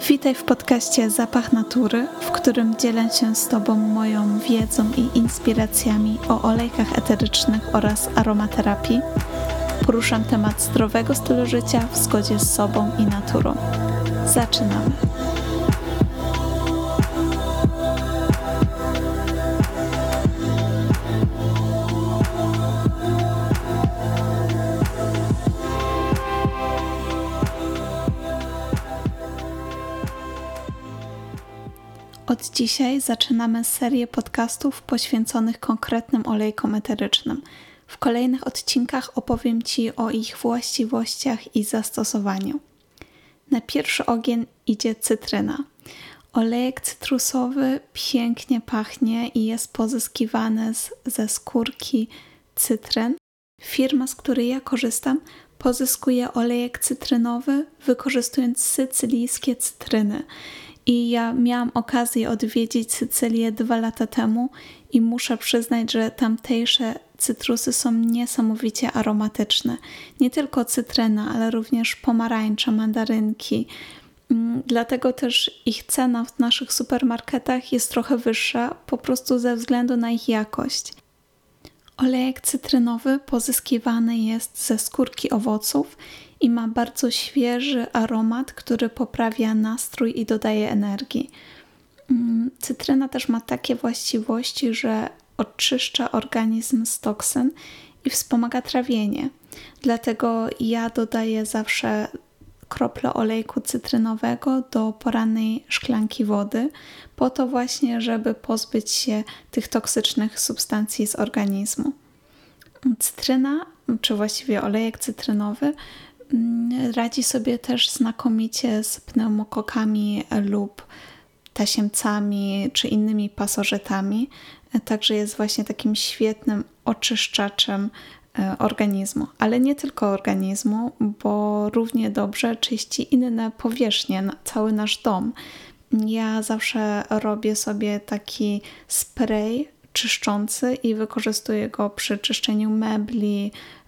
Witaj w podcaście Zapach Natury, w którym dzielę się z Tobą moją wiedzą i inspiracjami o olejkach eterycznych oraz aromaterapii. Poruszam temat zdrowego stylu życia w zgodzie z sobą i naturą. Zaczynamy! Od dzisiaj zaczynamy serię podcastów poświęconych konkretnym olejkom eterycznym. W kolejnych odcinkach opowiem Ci o ich właściwościach i zastosowaniu. Na pierwszy ogień idzie cytryna. Olejek cytrusowy pięknie pachnie i jest pozyskiwany ze skórki cytryn. Firma, z której ja korzystam, pozyskuje olejek cytrynowy wykorzystując sycylijskie cytryny. I ja miałam okazję odwiedzić Sycylię 2 lata temu i muszę przyznać, że tamtejsze cytrusy są niesamowicie aromatyczne. Nie tylko cytryna, ale również pomarańcze, mandarynki. Dlatego też ich cena w naszych supermarketach jest trochę wyższa, po prostu ze względu na ich jakość. Olejek cytrynowy pozyskiwany jest ze skórki owoców i ma bardzo świeży aromat, który poprawia nastrój i dodaje energii. Cytryna też ma takie właściwości, że oczyszcza organizm z toksyn i wspomaga trawienie. Dlatego ja dodaję zawsze kroplę olejku cytrynowego do porannej szklanki wody, po to właśnie, żeby pozbyć się tych toksycznych substancji z organizmu. Cytryna, czy właściwie olejek cytrynowy, radzi sobie też znakomicie z pneumokokami lub tasiemcami czy innymi pasożytami, także jest właśnie takim świetnym oczyszczaczem organizmu, ale nie tylko organizmu, bo równie dobrze czyści inne powierzchnie, cały nasz dom. Ja zawsze robię sobie taki spray czyszczący i wykorzystuję go przy czyszczeniu mebli,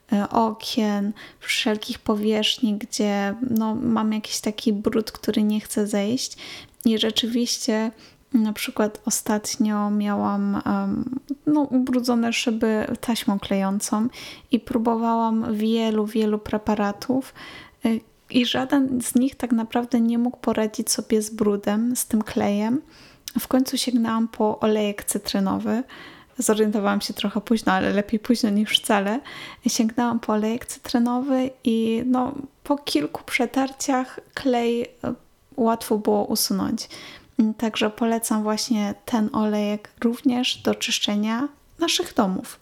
okien, wszelkich powierzchni, gdzie mam jakiś taki brud, który nie chce zejść. I rzeczywiście na przykład ostatnio miałam ubrudzone szyby taśmą klejącą i próbowałam wielu preparatów i żaden z nich tak naprawdę nie mógł poradzić sobie z brudem, z tym klejem. W końcu sięgnęłam po olejek cytrynowy. Zorientowałam się trochę późno, ale lepiej późno niż wcale. Sięgnęłam po olejek cytrynowy i po kilku przetarciach klej łatwo było usunąć. Także polecam właśnie ten olejek również do czyszczenia naszych domów.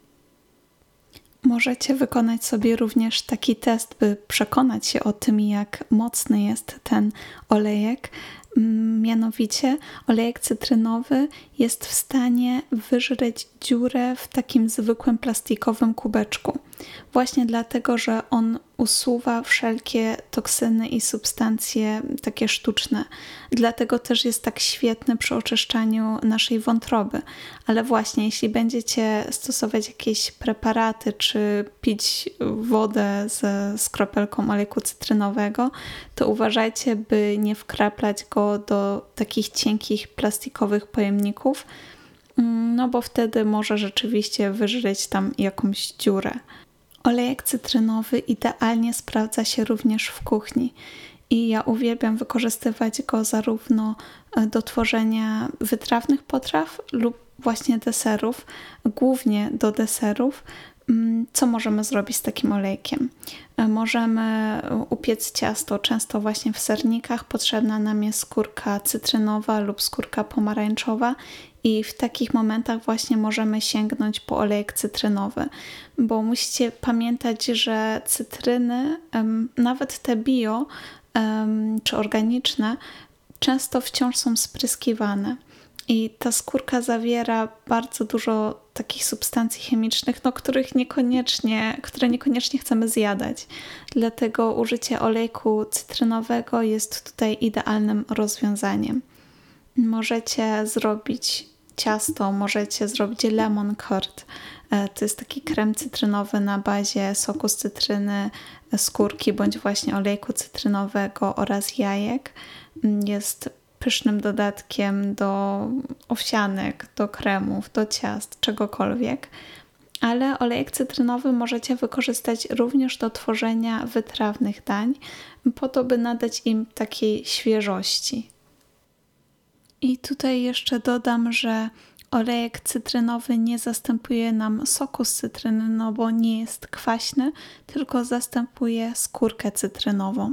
Możecie wykonać sobie również taki test, by przekonać się o tym, jak mocny jest ten olejek. Mianowicie olejek cytrynowy jest w stanie wyżreć dziurę w takim zwykłym plastikowym kubeczku. Właśnie dlatego, że on usuwa wszelkie toksyny i substancje takie sztuczne. Dlatego też jest tak świetny przy oczyszczaniu naszej wątroby. Ale właśnie, jeśli będziecie stosować jakieś preparaty, czy pić wodę z kropelką olejku cytrynowego, to uważajcie, by nie wkraplać go do takich cienkich plastikowych pojemników, bo wtedy może rzeczywiście wyżreć tam jakąś dziurę. Olejek cytrynowy idealnie sprawdza się również w kuchni i ja uwielbiam wykorzystywać go zarówno do tworzenia wytrawnych potraw lub właśnie deserów, głównie do deserów. Co możemy zrobić z takim olejkiem? Możemy upiec ciasto, często właśnie w sernikach potrzebna nam jest skórka cytrynowa lub skórka pomarańczowa i w takich momentach właśnie możemy sięgnąć po olejek cytrynowy, bo musicie pamiętać, że cytryny, nawet te bio czy organiczne, często wciąż są spryskiwane. I ta skórka zawiera bardzo dużo takich substancji chemicznych, które niekoniecznie chcemy zjadać. Dlatego użycie olejku cytrynowego jest tutaj idealnym rozwiązaniem. Możecie zrobić ciasto, możecie zrobić lemon curd, To jest taki krem cytrynowy na bazie soku z cytryny, skórki bądź właśnie olejku cytrynowego oraz jajek. Jest pysznym dodatkiem do owsianek, do kremów, do ciast, czegokolwiek. Ale olejek cytrynowy możecie wykorzystać również do tworzenia wytrawnych dań, po to, by nadać im takiej świeżości. I tutaj jeszcze dodam, że olejek cytrynowy nie zastępuje nam soku z cytryny, no bo nie jest kwaśny, tylko zastępuje skórkę cytrynową.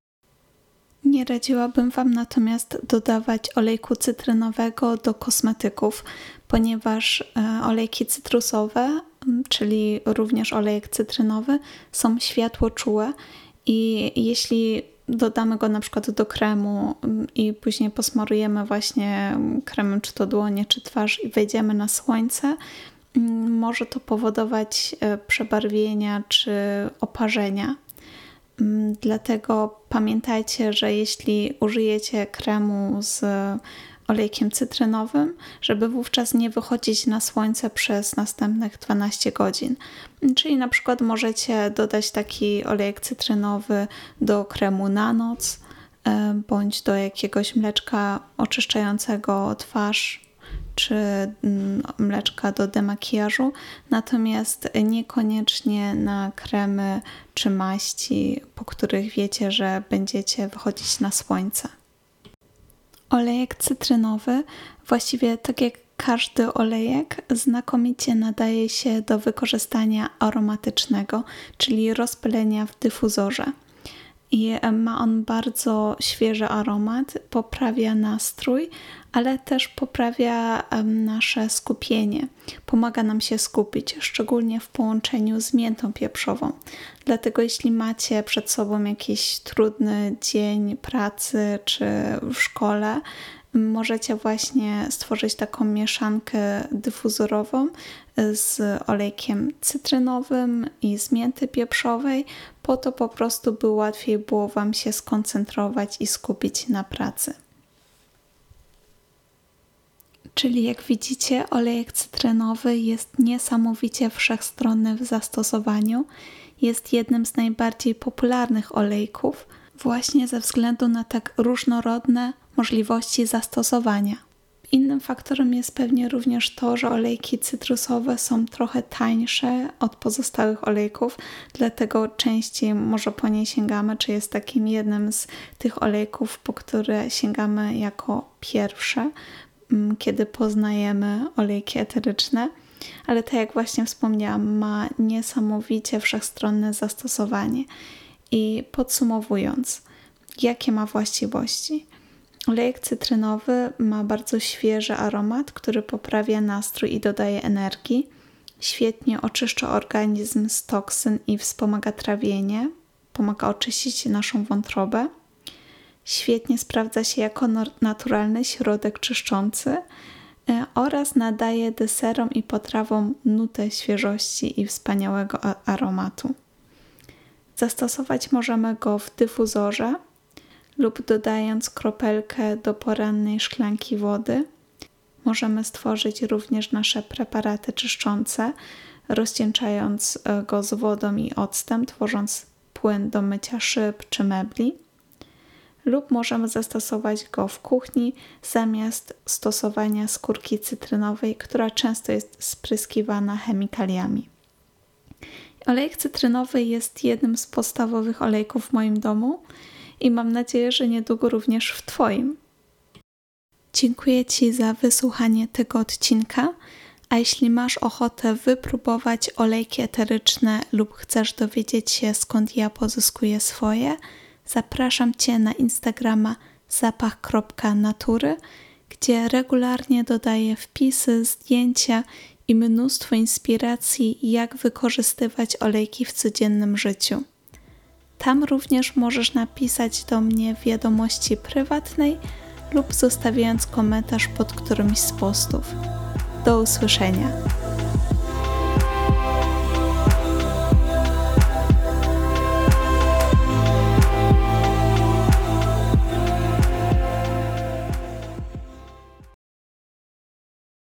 Nie radziłabym Wam natomiast dodawać olejku cytrynowego do kosmetyków, ponieważ olejki cytrusowe, czyli również olejek cytrynowy, są światłoczułe i jeśli dodamy go na przykład do kremu i później posmarujemy właśnie kremem czy to dłonie, czy twarz i wejdziemy na słońce, może to powodować przebarwienia czy oparzenia. Dlatego pamiętajcie, że jeśli użyjecie kremu z olejkiem cytrynowym, żeby wówczas nie wychodzić na słońce przez następnych 12 godzin. Czyli na przykład możecie dodać taki olejek cytrynowy do kremu na noc bądź do jakiegoś mleczka oczyszczającego twarz czy mleczka do demakijażu, natomiast niekoniecznie na kremy czy maści, po których wiecie, że będziecie wychodzić na słońce. Olejek cytrynowy, właściwie tak jak każdy olejek, znakomicie nadaje się do wykorzystania aromatycznego, czyli rozpylenia w dyfuzorze. I ma on bardzo świeży aromat, poprawia nastrój, ale też poprawia nasze skupienie. Pomaga nam się skupić, szczególnie w połączeniu z miętą pieprzową. Dlatego jeśli macie przed sobą jakiś trudny dzień pracy czy w szkole, możecie właśnie stworzyć taką mieszankę dyfuzorową z olejkiem cytrynowym i z mięty pieprzowej, po to po prostu, by łatwiej było Wam się skoncentrować i skupić na pracy. Czyli jak widzicie, olejek cytrynowy jest niesamowicie wszechstronny w zastosowaniu. Jest jednym z najbardziej popularnych olejków właśnie ze względu na tak różnorodne możliwości zastosowania. Innym faktorem jest pewnie również to, że olejki cytrusowe są trochę tańsze od pozostałych olejków, dlatego częściej może po nie sięgamy, czy jest takim jednym z tych olejków, po które sięgamy jako pierwsze, kiedy poznajemy olejki eteryczne. Ale tak jak właśnie wspomniałam, ma niesamowicie wszechstronne zastosowanie. I podsumowując, jakie ma właściwości? Olejek cytrynowy ma bardzo świeży aromat, który poprawia nastrój i dodaje energii. Świetnie oczyszcza organizm z toksyn i wspomaga trawienie. Pomaga oczyścić naszą wątrobę. Świetnie sprawdza się jako naturalny środek czyszczący oraz nadaje deserom i potrawom nutę świeżości i wspaniałego aromatu. Zastosować możemy go w dyfuzorze lub dodając kropelkę do porannej szklanki wody. Możemy stworzyć również nasze preparaty czyszczące, rozcieńczając go z wodą i octem, tworząc płyn do mycia szyb czy mebli. Lub możemy zastosować go w kuchni zamiast stosowania skórki cytrynowej, która często jest spryskiwana chemikaliami. Olejek cytrynowy jest jednym z podstawowych olejków w moim domu i mam nadzieję, że niedługo również w Twoim. Dziękuję Ci za wysłuchanie tego odcinka, a jeśli masz ochotę wypróbować olejki eteryczne lub chcesz dowiedzieć się, skąd ja pozyskuję swoje, zapraszam Cię na Instagrama zapach.natury, gdzie regularnie dodaję wpisy, zdjęcia i mnóstwo inspiracji, jak wykorzystywać olejki w codziennym życiu. Tam również możesz napisać do mnie w wiadomości prywatnej lub zostawiając komentarz pod którymś z postów. Do usłyszenia.